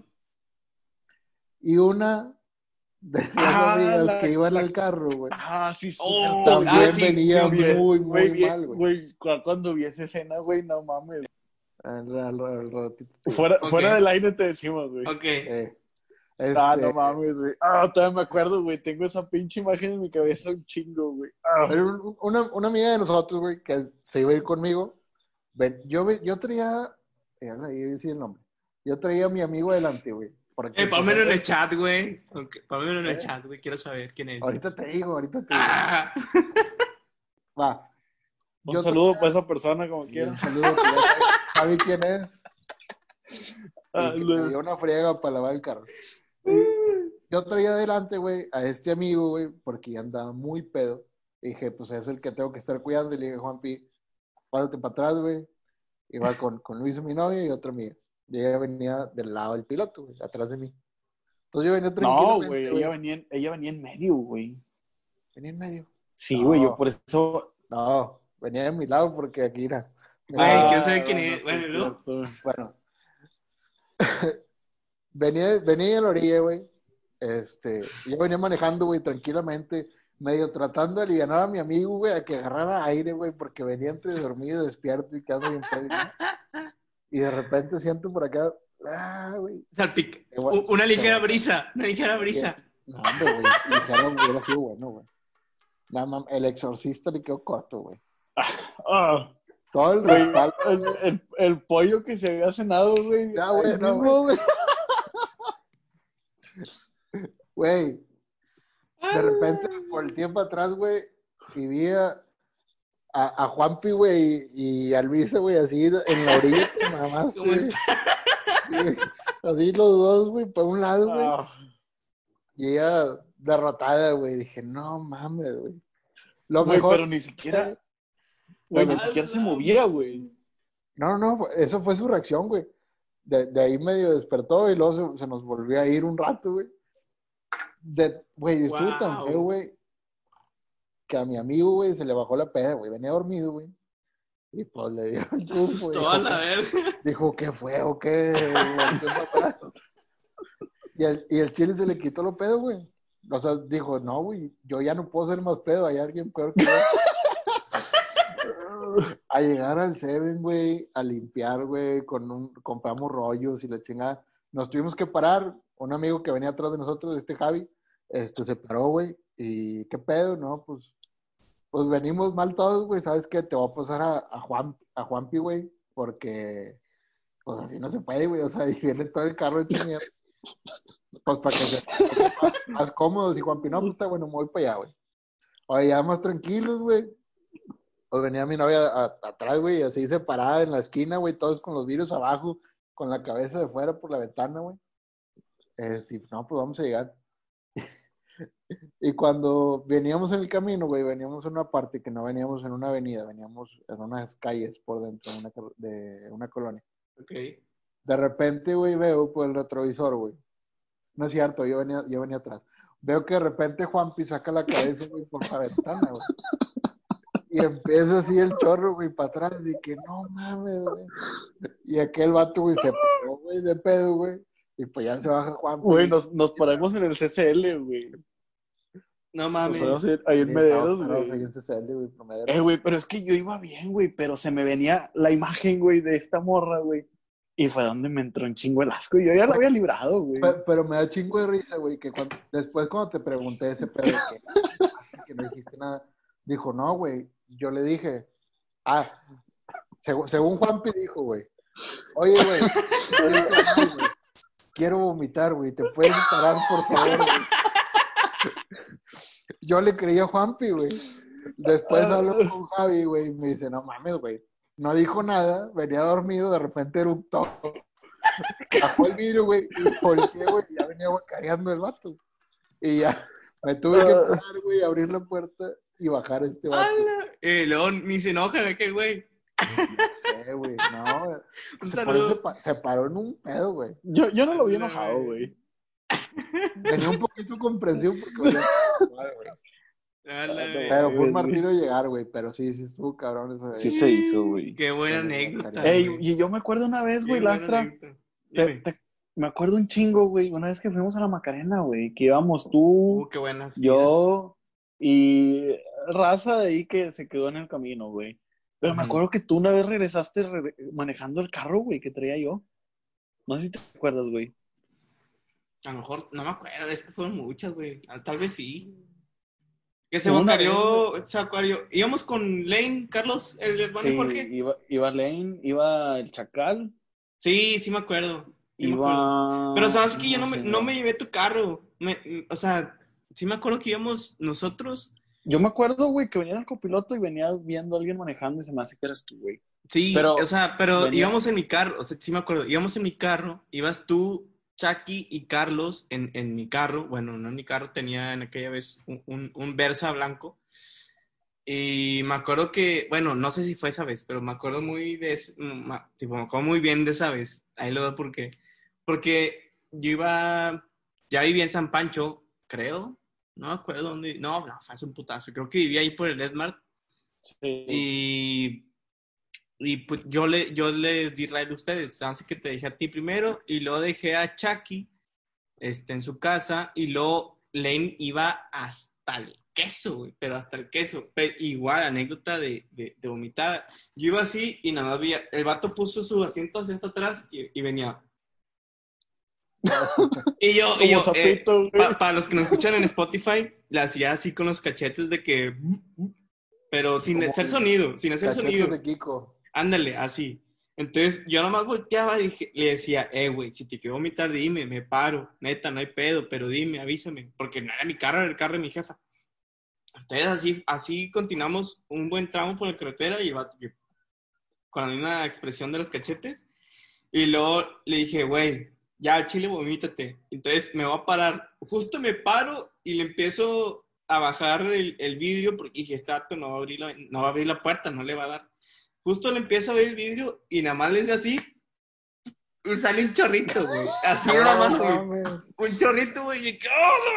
Y una de las Ah, amigas la- que iba en la- el carro, güey, Ah, sí, sí. Oh, también ah, sí, venía sí, bien. muy, Güey, muy bien- mal, güey. güey, cu- cuando vi esa escena, güey, no mames. Al, al- al ratito te digo. Fuera, Ok. fuera del aire te decimos, güey. Ok. Eh, Ah, este, no mames, güey. Ah, todavía me acuerdo, güey. Tengo esa pinche imagen en mi cabeza un chingo, güey. Ah. era un- una, una amiga de nosotros, güey, que se iba a ir conmigo. Ven, yo, ve- yo traía, eh, ahí decía el nombre. Yo traía a mi amigo adelante, güey. Porque, Eh, pues, pónmelo en él- el chat, güey. Ok, pónmelo en el ¿Eh? chat, güey. Quiero saber quién es. ahorita te digo, ahorita te digo. Ah. Va. Un Yo saludo traía- para esa persona, como y quiera. un saludo, que ya sé- sabe quién es. Ah, Y que lo- me dio una friega para lavar el carro. Y yo traía adelante, güey, a este amigo, güey, porque ya andaba muy pedo. Y dije, pues es el que tengo que estar cuidando. Y le dije, Juanpi, párate para atrás, güey. Iba con, con Luisa, mi novia, y otra amiga. Y ella venía del lado del piloto, güey, atrás de mí. Entonces yo venía No, tranquilamente, güey, güey. ella venía, en- ella venía en medio, güey. Venía en medio. Sí, No. güey, yo por eso. No, venía de mi lado porque aquí era. Güey, Ah, quiero saber quién bueno, es. sí, Bueno, es ¿no? cierto. Bueno. venía, venía en la orilla, güey. Este, yo venía manejando, güey, tranquilamente, medio tratando de aliviar a mi amigo, güey, a que agarrara aire, güey, porque venía entre dormido, despierto y quedando bien pedo. Y de repente siento por acá, ah, güey. Salpic. Qué bueno. U- Una ligera Qué bueno. brisa. Una ligera brisa. No, hombre, güey, ligero hubiera sido bueno, güey. Nada más, el exorcista le quedó corto, güey. Ah, Todo el güey, respaldo. el, el, el pollo que se había cenado, güey. Ya, ahí güey, no, mismo, güey. Güey, de repente volteé para atrás, güey, y vi a, a, a Juanpi, güey, y a Luisa, güey, así en la orilla, que nada más, ¿Cómo güey. Sí, así los dos, güey, para un lado, güey. Ah, Y ella derrotada, güey. Dije, no mames, güey. Lo güey, mejor. pero ni siquiera. Güey, ni A siquiera se la movía, güey. No, no, fue- eso fue su reacción, güey. De, de ahí medio despertó y luego se, se nos volvió a ir un rato, güey. De, güey, estuvo tan Wow. feo, güey, que a mi amigo, güey, se le bajó la peda, güey. Venía dormido, güey. Y pues le dio el Se tufo. asustó Dijo, a la verga. dijo, ¿qué fue o qué? Volteó para atrás. Y el, y el chile se le quitó lo pedo, güey. O sea, dijo, no, güey, yo ya no puedo ser más pedo, hay alguien peor que yo. A llegar al Seven, güey, a limpiar, güey, con un, compramos rollos y la chingada. Nos tuvimos que parar, un amigo que venía atrás de nosotros, este Javi, este, se paró, güey, y ¿qué pedo? No, pues, pues venimos mal todos, güey, ¿sabes qué? Te voy a pasar a, a Juan, a Juanpi, güey, porque, pues así no se puede, güey, o sea, y viene todo el carro hecho mierda. Pues para que se más, más cómodos, y Juanpi, no, pues está bueno, me voy para allá, güey. Oye, ya más tranquilos, güey. Pues venía mi novia a- atrás, güey, así separada en la esquina, güey, todos con los vidrios abajo, con la cabeza de fuera por la ventana, güey. Este, no, pues vamos a llegar. Y cuando veníamos en el camino, güey, veníamos en una parte que no veníamos en una avenida, veníamos en unas calles por dentro de una, car- de una colonia. Ok. De repente, güey, veo por el retrovisor, güey. No es cierto, yo venía, yo venía atrás. Veo que de repente Juanpi saca la cabeza, güey, por la ventana, güey. Y empieza así el chorro, güey, para atrás, y que no mames, güey. Y aquel vato, güey, se paró, güey, de pedo, güey. Y pues ya se baja Juan. Güey, nos, nos paramos en el C C L, güey. No Nos mames. paramos ahí, ahí en Sí, Mederos, estábamos parados güey. ahí en C C L, güey, promedio. Eh, güey, pero es que yo iba bien, güey, pero se me venía la imagen, güey, de esta morra, güey. Y fue donde me entró un chingo el asco. Y yo ya lo había librado, güey. Pero, pero me da chingo de risa, güey, que cuando, después cuando te pregunté ese pedo de que, que no dijiste nada, dijo, no, güey, yo le dije, ah, seg- según Juanpi dijo, güey, oye, güey, no dije nada, güey, quiero vomitar, güey, ¿te puedes parar, por favor, güey? Yo le creí a Juanpi, güey. Después habló con Javi, güey, y me dice, no mames, güey, no dijo nada, venía dormido, de repente eructó. Bajó el vidrio, güey, y volteé, güey, y ya venía guacareando el vato. Y ya me tuve que parar, güey, abrir la puerta y bajar a este vato. ¡Hala! Eh, luego ni se enoja aquel güey. No sé, güey, no. Un Se, saludo. por eso se, pa- se paró en un pedo, güey. Yo, yo no lo vi Hola, enojado, güey. güey. Tenía un poquito comprensión porque olía mal, güey. ¡Hala, no, güey! Pero fue un güey. martirio llegar, güey, pero sí, sí estuvo cabrón eso de Sí se hizo, güey. Qué buena Pero, anécdota. cariño. Ey, güey. y yo me acuerdo una vez, Qué güey, buena Lastra. anécdota. Te- Dime. te- me acuerdo un chingo, güey. Una vez que fuimos a la Macarena, güey, que íbamos tú, Uh, qué buenas. yo y raza de ahí que se quedó en el camino, güey. Pero me Ujú. acuerdo que tú una vez regresaste re- manejando el carro, güey, que traía yo. No sé si te acuerdas, güey. A lo mejor, no me acuerdo, es que fueron muchas, güey. Ah, tal vez sí. Que se Una bocarió, se bocarió. Íbamos con Lane, Carlos, el hermano de Sí, Jorge. iba, iba Lane, iba el Chacal, Sí, sí me acuerdo. Sí me acuerdo. iba... Pero sabes que yo no me, sé, no me llevé tu carro. Me- o sea, sí me acuerdo que íbamos nosotros. Yo me acuerdo, güey, que venía el copiloto y venía viendo a alguien manejando y se me hace que eras tú, güey. Sí, Pero o sea, pero venías- íbamos en mi carro. O sea, sí me acuerdo. Íbamos en mi carro. Ibas tú, Chucky y Carlos en, en mi carro. Bueno, no en mi carro. Tenía en aquella vez un, un, un Versa blanco. Y me acuerdo que, bueno, no sé si fue esa vez, pero me acuerdo muy de, ese- ma- tipo, me acuerdo muy bien de esa vez. Ahí lo doy porque, porque yo iba, ya vivía en San Pancho, creo, no me acuerdo dónde, no, no, fue hace un putazo, creo que vivía ahí por el Esmart Sí. y, y pues yo le, yo le di ride a ustedes, así que te dejé a ti primero y luego dejé a Chucky este, en su casa y luego Lane iba hasta el queso, güey, pero hasta el queso. Pero igual, anécdota de, de, de vomitada. Yo iba así y nada más veía, el vato puso su asiento hacia hasta atrás y, y venía. Y yo, y Como yo sapito, eh, güey. pa- para los que nos escuchan en Spotify, la hacía así con los cachetes de que, pero sin Como hacer sonido, sin hacer Cachetes sonido. de Kiko. Ándale, así. Entonces, yo nomás volteaba y dije- le decía, eh, güey, si te quiero vomitar, dime, me paro. Neta, no hay pedo, pero dime, avísame. Porque no era mi carro, era el carro de mi jefa. Entonces, así, así continuamos un buen tramo por la carretera y el vato que- con la misma expresión de los cachetes. Y luego le dije, güey, ya, al chile, vomítate. Entonces, me voy a parar. Justo me paro y le empiezo a bajar el, el vidrio porque dije, este vato no va a abrir la, no va a abrir la puerta, no le va a dar. Justo le empiezo a ver el vidrio y nada más le hice así y sale un chorrito, güey. Así No nada más, güey. mames. Un chorrito, güey. Y,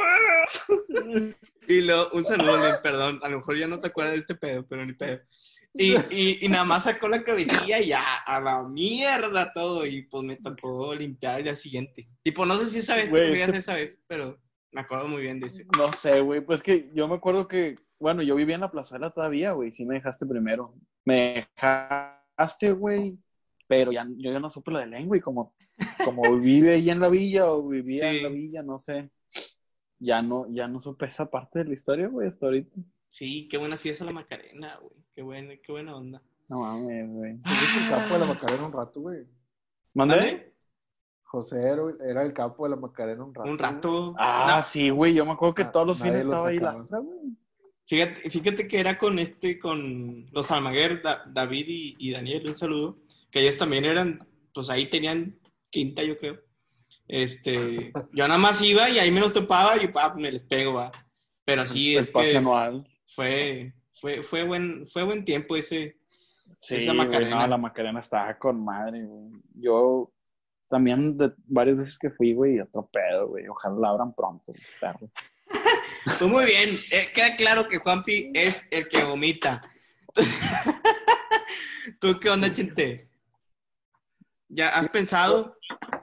¡oh, y luego, un saludo, Len, perdón. A lo mejor ya no te acuerdas de este pedo, pero ni pedo. Y, y, y nada más sacó la cabecilla y ya, a la mierda todo. Y pues me tocó limpiar el día siguiente. Tipo, no sé si esa vez te Güey, podías este- esa vez, pero me acuerdo muy bien de ese. No sé, güey, pues que yo me acuerdo que, bueno, yo vivía en la plazuela todavía, güey, sí me dejaste primero. Me dejaste, güey, pero ya, yo ya no supe lo de Lane, güey, como, como vive ahí en la villa o vivía Sí. en la villa, no sé. Ya no, ya no supe esa parte de la historia, güey, hasta ahorita. Sí, qué buena fiesta la Macarena, güey. Qué buena, qué buena onda. No mames, güey. Fuiste el capo de la Macarena un rato, güey. ¿Mandé? ¿Mande? José era, era el capo de la Macarena un rato. Un rato. Ah, No, sí, güey, yo me acuerdo que Na- todos los nadie fines lo estaba ahí sacaba. Lastra, güey. Fíjate, fíjate que era con este, con los Almaguer, Da- David y, y Daniel, un saludo, que ellos también eran, pues ahí tenían quinta, yo creo. Este, yo nada más iba y ahí me los topaba y pa, me les pego, va. Pero sí, El es pase que anual. fue, fue, fue buen, fue buen tiempo ese. Sí, Esa güey, Macarena. no, la Macarena estaba con madre, güey. Yo también de varias veces que fui, güey, otro pedo, güey. Ojalá la abran pronto, perro. Pues muy bien, eh, queda claro que Juanpi es el que vomita. ¿Tú qué onda, Chente? ¿Ya has pensado?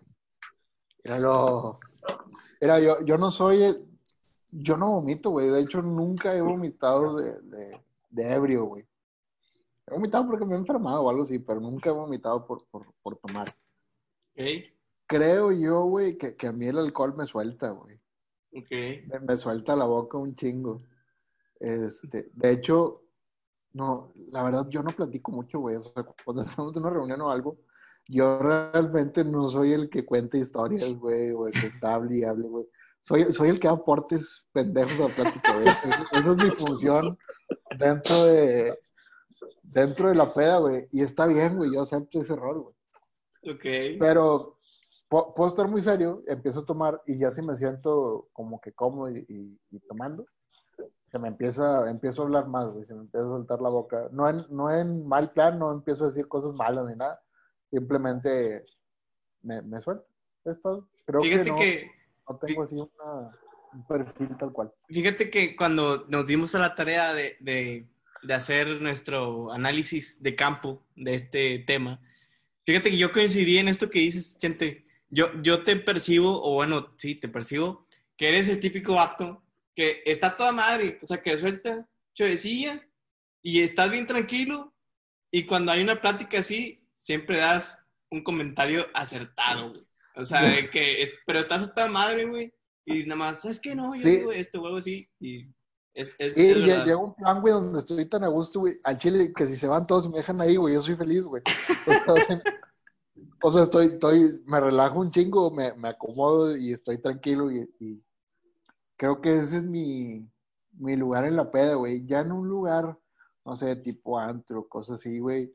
Mira, lo- mira, yo, yo no soy, el- yo no vomito, güey. De hecho, nunca he vomitado de, de, de ebrio, güey. He vomitado porque me he enfermado o algo así, pero nunca he vomitado por, por, por tomar. Ok, Creo yo, güey, que, que a mí el alcohol me suelta, güey. ok. Me, me suelta la boca un chingo. Este, de hecho, no, la verdad, yo no platico mucho, güey. O sea, cuando estamos en una reunión o algo, yo realmente no soy el que cuenta historias, güey, o el que está hable y hable, güey. Soy, soy el que da aportes pendejos a la plática, güey. Esa, esa es mi función dentro de, dentro de la peda, güey. Y está bien, güey, yo acepto ese rol, güey. Ok. Pero po- puedo estar muy serio, empiezo a tomar y ya si me siento como que cómodo y, y- y tomando, se me empieza, empiezo a hablar más, güey, se me empieza a soltar la boca. No en, no en mal plan, no empiezo a decir cosas malas ni nada, simplemente me, me suelto. Es todo. Creo que Fíjate no, que, no tengo fí- así una, un perfil tal cual. fíjate que cuando nos dimos a la tarea de, de, de hacer nuestro análisis de campo de este tema, fíjate que yo coincidí en esto que dices, Chente. Yo, yo te percibo, o bueno, sí, te percibo, que eres el típico vato que está toda madre, o sea, que suelta chovecilla y estás bien tranquilo y cuando hay una plática así, siempre das un comentario acertado, güey. O sea, de que, pero estás a toda madre, güey, y nada más, ¿sabes qué? No, yo Sí, digo esto o algo así, y es, es, sí, es lle- verdad. llega un plan, güey, donde estoy tan a gusto, güey, al chile, que si se van todos y me dejan ahí, güey, yo soy feliz, güey. O sea, o sea, estoy, estoy, me relajo un chingo, me, me acomodo y estoy tranquilo y, y creo que ese es mi, mi lugar en la peda, güey. Ya en un lugar, no sé, tipo antro, cosas así, güey.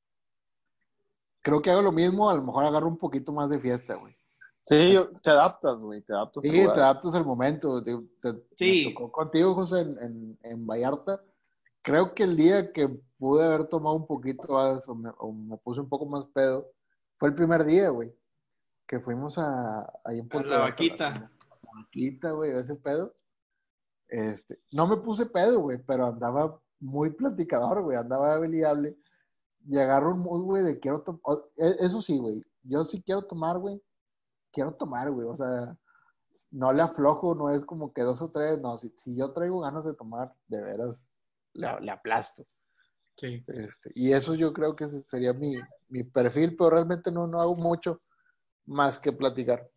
Creo que hago lo mismo, a lo mejor agarro un poquito más de fiesta, güey. Sí, yo- te adaptas, güey, te adaptas Sí, al te lugar. adaptas al momento. Te- te- me Sí, tocó contigo, José, en, en, en Vallarta. Creo que el día que pude haber tomado un poquito más o me, o me puse un poco más pedo, fue el primer día, güey, que fuimos a, ahí en a Puerto la Vallarta, la vaquita. Maquita, güey, ese pedo. Este, no me puse pedo, güey, pero andaba muy platicador, güey, andaba hable y hable. Y agarro un mood, güey, de quiero tomar. Eso sí, güey, yo sí quiero tomar, güey, quiero tomar, güey, o sea, no le aflojo, no es como que dos o tres, no, si, si yo traigo ganas de tomar, de veras, le, le aplasto. Sí. Este, y eso yo creo que ese sería mi, mi perfil, pero realmente no, no hago mucho más que platicar.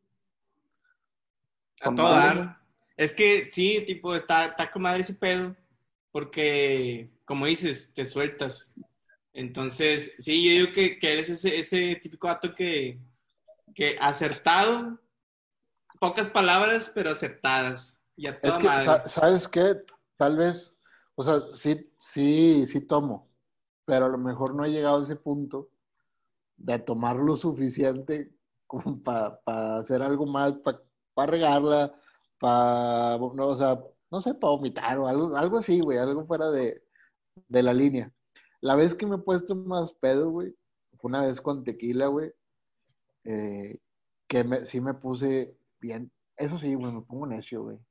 A Con todo madre. dar. Es que sí, tipo, está, está con madre ese pedo, porque, como dices, te sueltas. Entonces, sí, yo digo que, que eres ese, ese típico vato que, que acertado, pocas palabras, pero acertadas. Y a Es toda que, madre. sa- ¿sabes qué? Tal vez, o sea, sí, sí, sí tomo, pero a lo mejor no he llegado a ese punto de tomar lo suficiente como para hacer algo más, para regarla, para, no, o sea, no sé, para vomitar o algo, algo así, güey, algo fuera de, de la línea. La vez que me he puesto más pedo, güey, fue una vez con tequila, güey, eh, que me, sí me puse bien, eso sí, güey, me pongo necio, güey.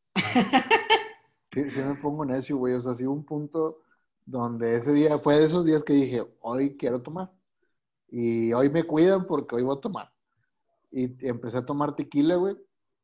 Sí, sí me pongo necio, güey. O sea, sí hubo un punto donde ese día fue de esos días que dije, hoy quiero tomar. Y hoy me cuidan porque hoy voy a tomar. Y empecé a tomar tequila, güey.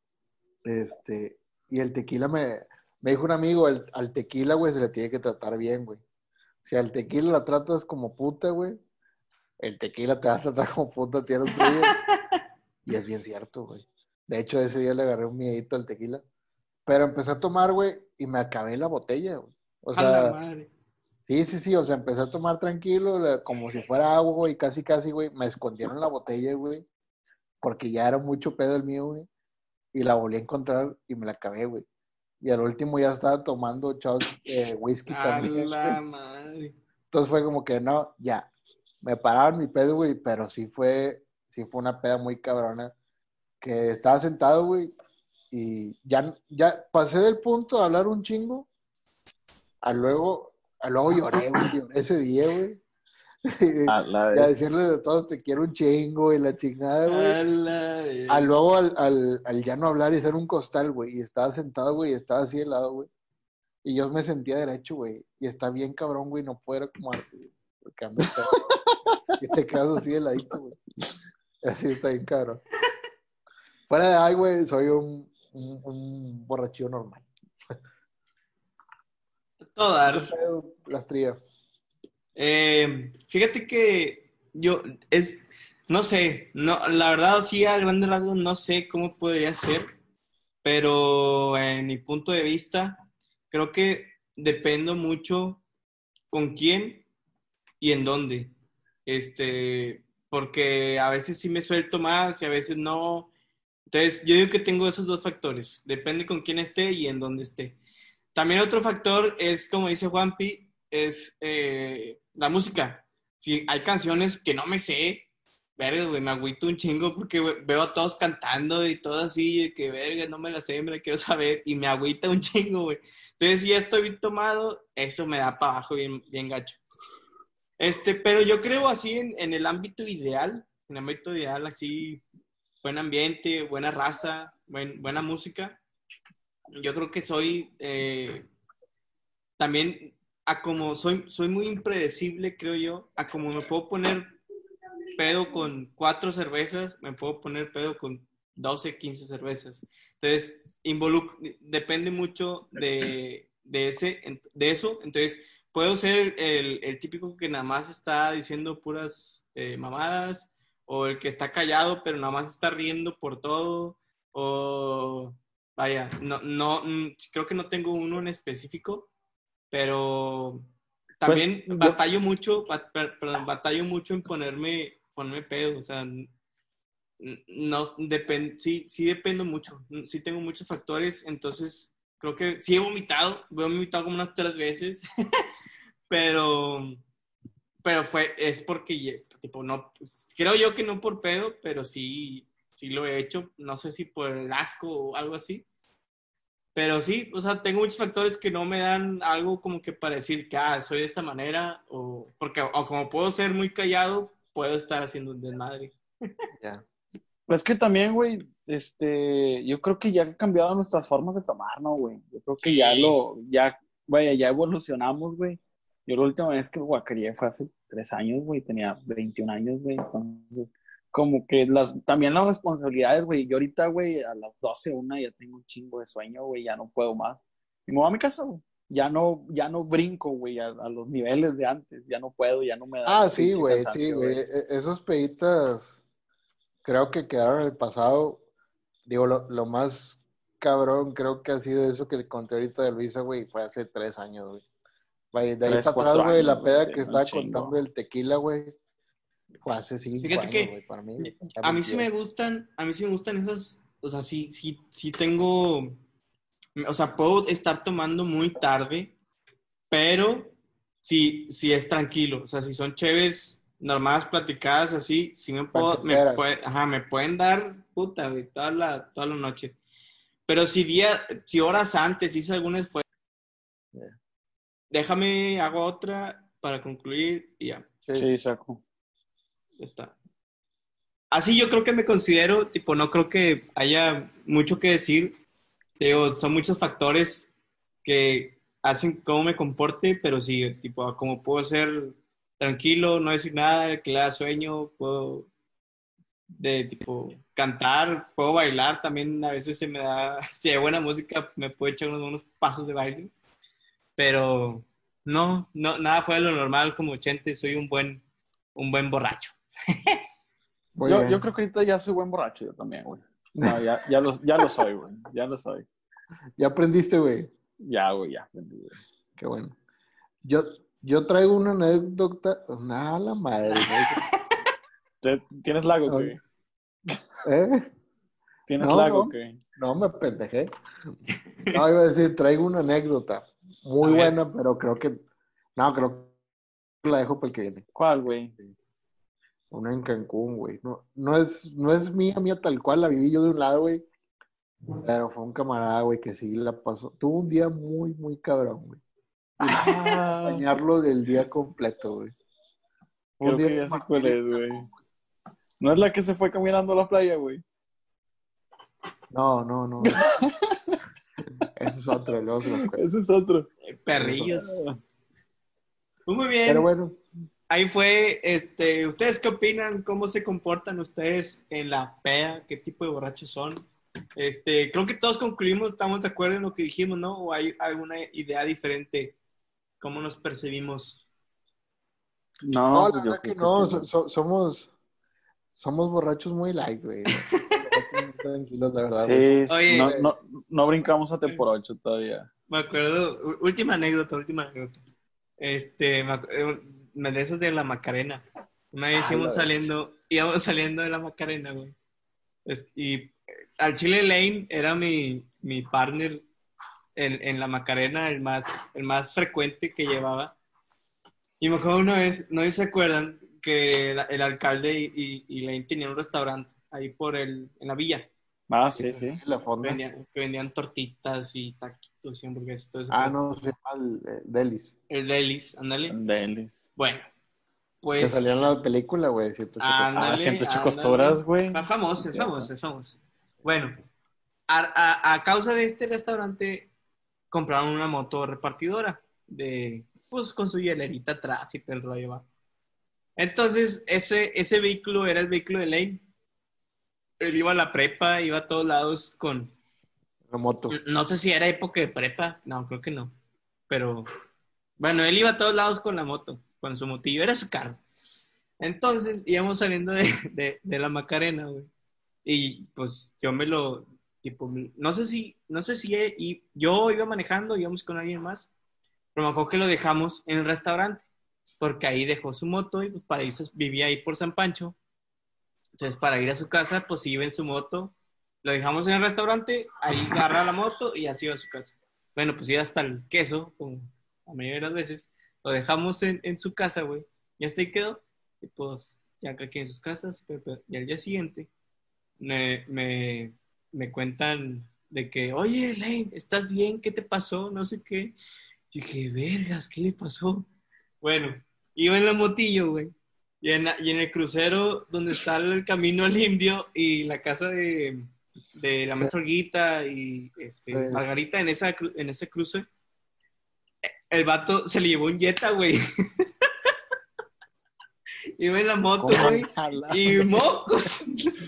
Este, y el tequila me, me dijo un amigo, el- al tequila, güey, se le tiene que tratar bien, güey. Si al tequila la tratas como puta, güey, el tequila te va a tratar como puta a ti al otro día. Y es bien cierto, güey. De hecho, ese día le agarré un miedito al tequila. Pero empecé a tomar, güey, y me acabé la botella, güey. O A la sea, madre. sí, sí, sí, o sea, empecé a tomar tranquilo, la- como si fuera agua, güey, casi, casi, güey, me escondieron la botella, güey, porque ya era mucho pedo el mío, güey, y la volví a encontrar y me la acabé, güey. Y al último ya estaba tomando shots de whisky A también, la güey. madre. Entonces fue como que, no, ya, me pararon mi pedo, güey, pero sí fue, sí fue una peda muy cabrona, que estaba sentado, güey, y ya, ya pasé del punto de hablar un chingo, a luego, a luego lloré, güey, lloré ese día, güey. A la Y a vez. decirle de todos te quiero un chingo y la chingada, güey. A la A verga. luego al, al, al ya no hablar y ser un costal, güey. Y estaba sentado, güey, y estaba así helado, güey. Y yo me sentía derecho, güey. Y está bien cabrón, güey, no poder acomodarte, güey. Porque andas y te quedas así de ladito, güey. Así está bien cabrón. Fuera de ahí, güey, soy un, un, un borrachillo normal. Todo ¿Qué dar. pedo, Lastría? Eh, fíjate que yo, es, no sé, no, la verdad sí a grandes rasgos no sé cómo podría ser, pero en mi punto de vista creo que dependo mucho con quién y en dónde. Este, porque a veces sí me suelto más y a veces no. Entonces, yo digo que tengo esos dos factores. Depende con quién esté y en dónde esté. También otro factor es, como dice Juanpi, es eh, la música. Si hay canciones que no me sé, verga, güey, me agüito un chingo porque güey, veo a todos cantando y todo así, y que verga, no me la sé, me la quiero saber, y me agüita un chingo, güey. Entonces, si ya estoy bien tomado, eso me da para abajo bien, bien gacho. Este, pero yo creo así en, en el ámbito ideal, en el ámbito ideal, así, buen ambiente, buena raza, buen, buena música. Yo creo que soy eh, también, a como soy, soy muy impredecible, creo yo, a como me puedo poner pedo con cuatro cervezas, me puedo poner pedo con doce, quince cervezas. Entonces, involu- depende mucho de, de, ese, de eso. Entonces, puedo ser el, el típico que nada más está diciendo puras eh, mamadas, o el que está callado, pero nada más está riendo por todo, o vaya, no, no, mm, creo que no tengo uno en específico, pero Pues también yo, batallo mucho, bat- per- perdón, batallo mucho en ponerme, ponerme pedo, o sea, n- no, depende, sí, sí dependo mucho, sí tengo muchos factores, entonces creo que sí he vomitado, he vomitado como unas tres veces, pero, pero fue, es porque, tipo, no, pues, creo yo que no por pedo, pero sí, sí lo he hecho, no sé si por el asco o algo así. Pero sí, o sea, tengo muchos factores que no me dan algo como que para decir que, ah, soy de esta manera, o porque, o como puedo ser muy callado, puedo estar haciendo un desmadre. Ya. pues que también, güey, este, yo creo que ya han cambiado nuestras formas de tomar, ¿no, güey? Yo creo que ya Sí. lo, ya, vaya, ya evolucionamos, güey. Yo la última vez que guacareé fue hace tres años, güey, tenía veintiún años, güey, entonces, como que las, también las responsabilidades, güey, yo ahorita, güey, a las doce, una, ya tengo un chingo de sueño, güey, ya no puedo más. Y me voy a mi casa, güey. Ya no, ya no brinco, güey, a, a los niveles de antes, ya no puedo, ya no me da el Ah, sí, pinche güey, sí, cansancio, güey. güey. E- e- Esos peditas creo que quedaron en el pasado. Digo, lo, lo más cabrón creo que ha sido eso que le conté ahorita de Luisa, güey, fue hace tres años, güey. Güey, de ahí Tres, para atrás, cuatro güey, años, la güey, peda que tiene un estaba contando chingo. del tequila, güey, fue hace cinco Fíjate años, güey, que para mí, ya a mí sí me veintiocho. gustan, a mí sí me gustan esas, o sea, sí, sí, sí tengo, o sea, puedo estar tomando muy tarde, pero sí, sí es tranquilo, o sea, si son chéves normales platicadas así, sí me puedo, me Banqueteras. puede, ajá, me pueden dar puta, güey, toda la, toda la noche. Pero si día, si horas antes hice algún esfuerzo, Yeah. déjame, hago otra para concluir y ya, Sí. Sí, saco. ya está. Así yo creo que me considero, tipo, no creo que haya mucho que decir. Digo, son muchos factores que hacen cómo me comporte, pero sí, tipo, como puedo ser tranquilo, no decir nada, que le da sueño, puedo de tipo cantar, puedo bailar, también a veces se me da, si hay buena música, me puedo echar unos, unos pasos de baile, pero no, no, nada fuera de lo normal como ochenta, soy un buen, un buen borracho. Muy Yo, yo bien. creo que ahorita ya soy buen borracho, yo también, güey. No, ya, ya lo, ya lo soy, güey. Ya lo soy. Ya aprendiste, güey. Ya, güey, ya. Aprendí, güey. Qué bueno. Yo, yo traigo una anécdota. Nada, la madre, güey. ¿Te- ¿Tienes lago, No, qué? ¿eh? ¿Tienes No, lago, no. qué? No me pendejé. No, iba a decir, traigo una anécdota A muy ver, buena, pero creo que, no, creo que la dejo para el que viene. ¿Cuál, güey? Una en Cancún, güey. No, no es, no es mía, mía tal cual, la viví yo de un lado, güey. Pero fue un camarada, güey, que sí la pasó. Tuvo un día muy, muy cabrón, güey. Y no pude Ah, acompañarlo del día completo, güey. Fue un creo día que de ya sé cuál martirio en es, güey. Cancún. ¿No es la que se fue caminando a la playa, güey? No, no, no. Es, Ese es otro, luego se los cuento. Ese es otro. Perrillos. Pues muy bien. Pero bueno, Ahí fue, este, ¿ustedes qué opinan? ¿Cómo se comportan ustedes en la peda? ¿Qué tipo de borrachos son? Este, creo que todos concluimos, estamos de acuerdo en lo que dijimos, ¿no? ¿O hay alguna idea diferente? ¿Cómo nos percibimos? No, no, la pues yo verdad creo que que no, sí. so- so- somos, somos borrachos muy light, güey. Borrachos muy tranquilos, la verdad, güey. Sí, Somos- Oye. no, no, no brincamos a temporada ocho todavía. Me acuerdo, u- última anécdota, última anécdota. Este, me acu- eh, me- de esas de la Macarena. Una vez Ah, íbamos la bestia. saliendo, íbamos saliendo de la Macarena, güey. Es- Y eh, al Chile Lane era mi, mi partner en, en la Macarena, el más, el más frecuente que llevaba. Y me acuerdo una vez, no sé si se acuerdan, que el, el alcalde y, y, y Lane tenían un restaurante ahí por el, en la villa. Ah, sí, sí. La fonda. Vendían, que vendían tortitas y taquitos y hamburguesas, todo eso. Ah, no, se llama el, eh, Delis. El Delis, ándale. Delis. Bueno, Que pues... salió en la película, güey. ciento ocho Ándale, Ah, ciento ocho ándale. costuras, güey. Es famoso, es Cierto. famoso, es famoso. Bueno, a, a, a causa de este restaurante compraron una moto repartidora de, pues, con su hielerita atrás y todo el rollo, va. Entonces, ese, ese vehículo era el vehículo de Lane. Él iba a la prepa, iba a todos lados con... La moto. No sé si era época de prepa, no, creo que no. Pero, bueno, él iba a todos lados con la moto, con su motillo, era su carro. Entonces, íbamos saliendo de, de, de la Macarena, güey. Y pues yo me lo, tipo, no sé si, no sé si eh, y yo iba manejando, íbamos con alguien más, pero me acuerdo que lo dejamos en el restaurante, porque ahí dejó su moto y pues para irse, vivía ahí por San Pancho. Entonces, para ir a su casa, pues iba en su moto, lo dejamos en el restaurante, ahí agarra la moto y así iba a su casa. Bueno, pues iba hasta el queso, como la mayoría de las veces, lo dejamos en, en su casa, güey, y hasta ahí quedó. Y pues, ya cada quien en sus casas, pero, pero- y al día siguiente me, me, me cuentan de que, oye, Lane, ¿estás bien? ¿Qué te pasó? No sé qué. Y dije, vergas, ¿qué le pasó? Bueno, iba en la motillo, güey. Y en, la- y en el crucero donde está el camino al Indio y la casa de, de la maestra Olguita y este, Sí. Margarita en, esa, cru- en ese cruce, el vato se le llevó un Jetta, güey. Iba en la moto, ¿Cómo? güey. Ojalá. Y mocos.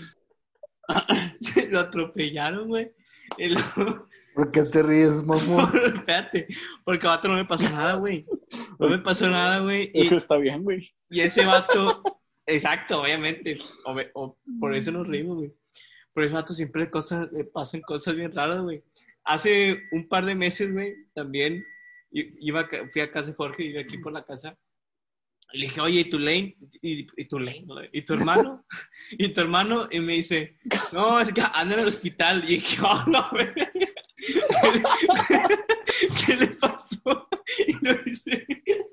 Se lo atropellaron, güey. Y luego... ¿Por qué te ríes, mamón? Espérate, porque a vato no me pasó nada, güey. No me pasó nada, güey. Es que Y, está bien, güey. y ese vato, exacto, obviamente. O, o- por eso nos reímos, güey. Por ese vato siempre le, cosas, le pasan cosas bien raras, güey. Hace un par de meses, güey, también i- iba, a- fui a casa de Jorge, iba aquí por la casa. Y le dije, oye, ¿y tu Lane? ¿Y, y tu Lane? güey? ¿Y tu hermano? ¿Y tu hermano? Y me dice, no, es que anda en el hospital. Y dije, oh, no, güey. ¿Qué le, ¿Qué le pasó? Y lo dice,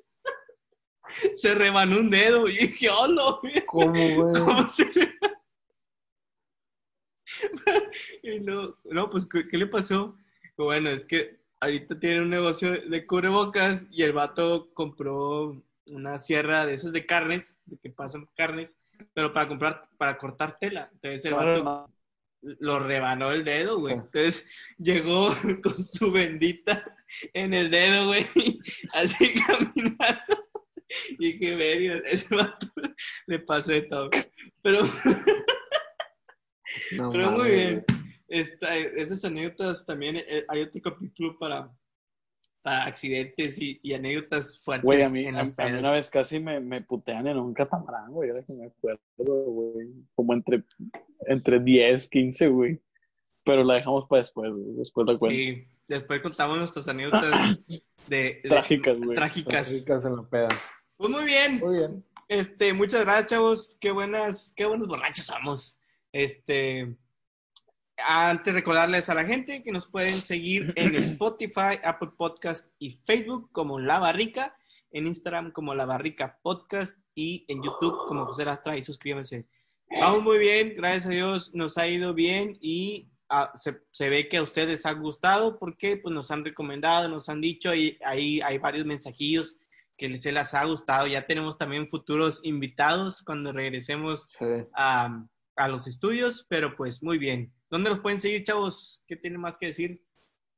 se rebanó un dedo. Y dije, oh, no, güey. ¿Cómo, güey? ¿Cómo se le... Y luego, no, pues, ¿qué, qué le pasó? Bueno, es que ahorita tiene un negocio de cubrebocas y el vato compró una sierra de esas de carnes, de que pasan carnes, pero para comprar, para cortar tela. Entonces el vato lo rebanó el dedo, güey. Sí. Entonces llegó con su bendita en el dedo, güey, así caminando. Y que ver, ese vato le pasó de todo. Pero, No pero muy mames, bien. güey. Esta, esas anécdotas también, eh, hay otro capítulo para, para accidentes y, y anécdotas fuertes Güey, a mí, en a, las a mí pedas. una vez casi me, me putean en un catamarán, güey, ahora que me acuerdo, güey. Como entre, entre diez, quince, güey. Pero la dejamos para después, güey. Después la cuento. Sí, después contamos nuestras anécdotas de, de- Trágicas, güey. trágicas. Ricas en la peda. Pues muy bien. Muy bien. Este, muchas gracias, chavos. Qué buenas, qué buenos borrachos somos. Este, antes recordarles a la gente que nos pueden seguir en Spotify, Apple Podcast y Facebook como La Barrica, en Instagram como La Barrica Podcast y en YouTube como José Lastra, y suscríbanse. Vamos muy bien, gracias a Dios nos ha ido bien y ah, se, se ve que a ustedes les ha gustado porque pues, nos han recomendado, nos han dicho y ahí hay varios mensajillos que se les ha gustado. Ya tenemos también futuros invitados cuando regresemos Sí. a, a los estudios, pero pues muy bien. ¿Dónde los pueden seguir, chavos? ¿Qué tienen más que decir?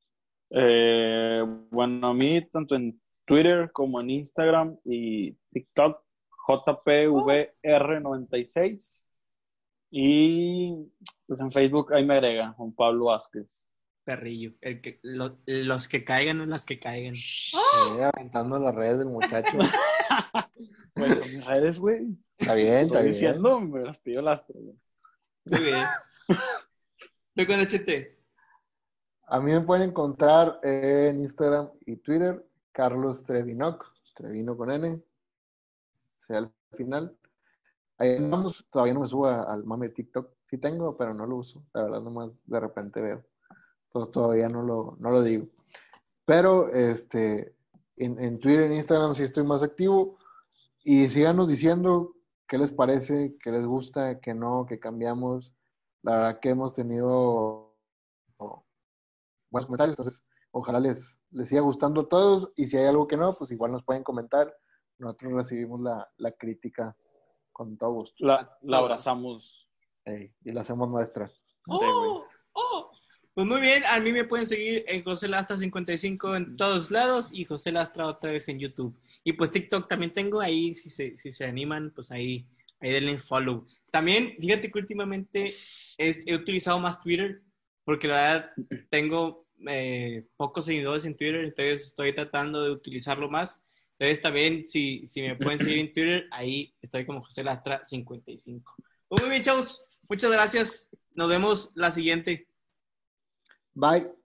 Eh, bueno, a mí, tanto en Twitter como en Instagram y TikTok, J P V R noventa y seis. Y pues en Facebook ahí me agrega Juan Pablo Vázquez. Perrillo. El que, lo- los que caigan o las que caigan. Eh, aventando las redes del muchacho. Pues son mis redes, güey. Está bien, Te está estoy bien. diciendo, me las pidió Lastro, güey. Muy bien. ¿Tú con H T? A mí me pueden encontrar en Instagram y Twitter, Carlos Trevinoc, Trevino con N, sea al final. Ahí andamos, todavía no me subo a- al mame de TikTok. Sí tengo, pero no lo uso. La verdad, nomás de repente veo. Entonces todavía no lo, no lo digo. Pero este, en, en Twitter, en Instagram sí estoy más activo. Y síganos diciendo qué les parece, qué les gusta, qué no, qué cambiamos. La verdad que hemos tenido buenos comentarios, entonces ojalá les, les siga gustando a todos. Y si hay algo que no, pues igual nos pueden comentar. Nosotros recibimos la, la crítica con todo gusto. La, la abrazamos. Ey, y la hacemos nuestra. Sí, güey. ¡Oh! ¡Oh! Pues muy bien, a mí me pueden seguir en José Lastra cincuenta y cinco en todos lados y José Lastra otra vez en YouTube. Y pues TikTok también tengo ahí, si se, si se animan, pues ahí, ahí denle follow. También, fíjate que últimamente es- he utilizado más Twitter, porque la verdad tengo eh, pocos seguidores en Twitter, entonces estoy tratando de utilizarlo más. Entonces también, si, si me pueden seguir en Twitter, ahí estoy como José Lastra cincuenta y cinco. Pues muy bien, chavos, muchas gracias. Nos vemos la siguiente. Bye.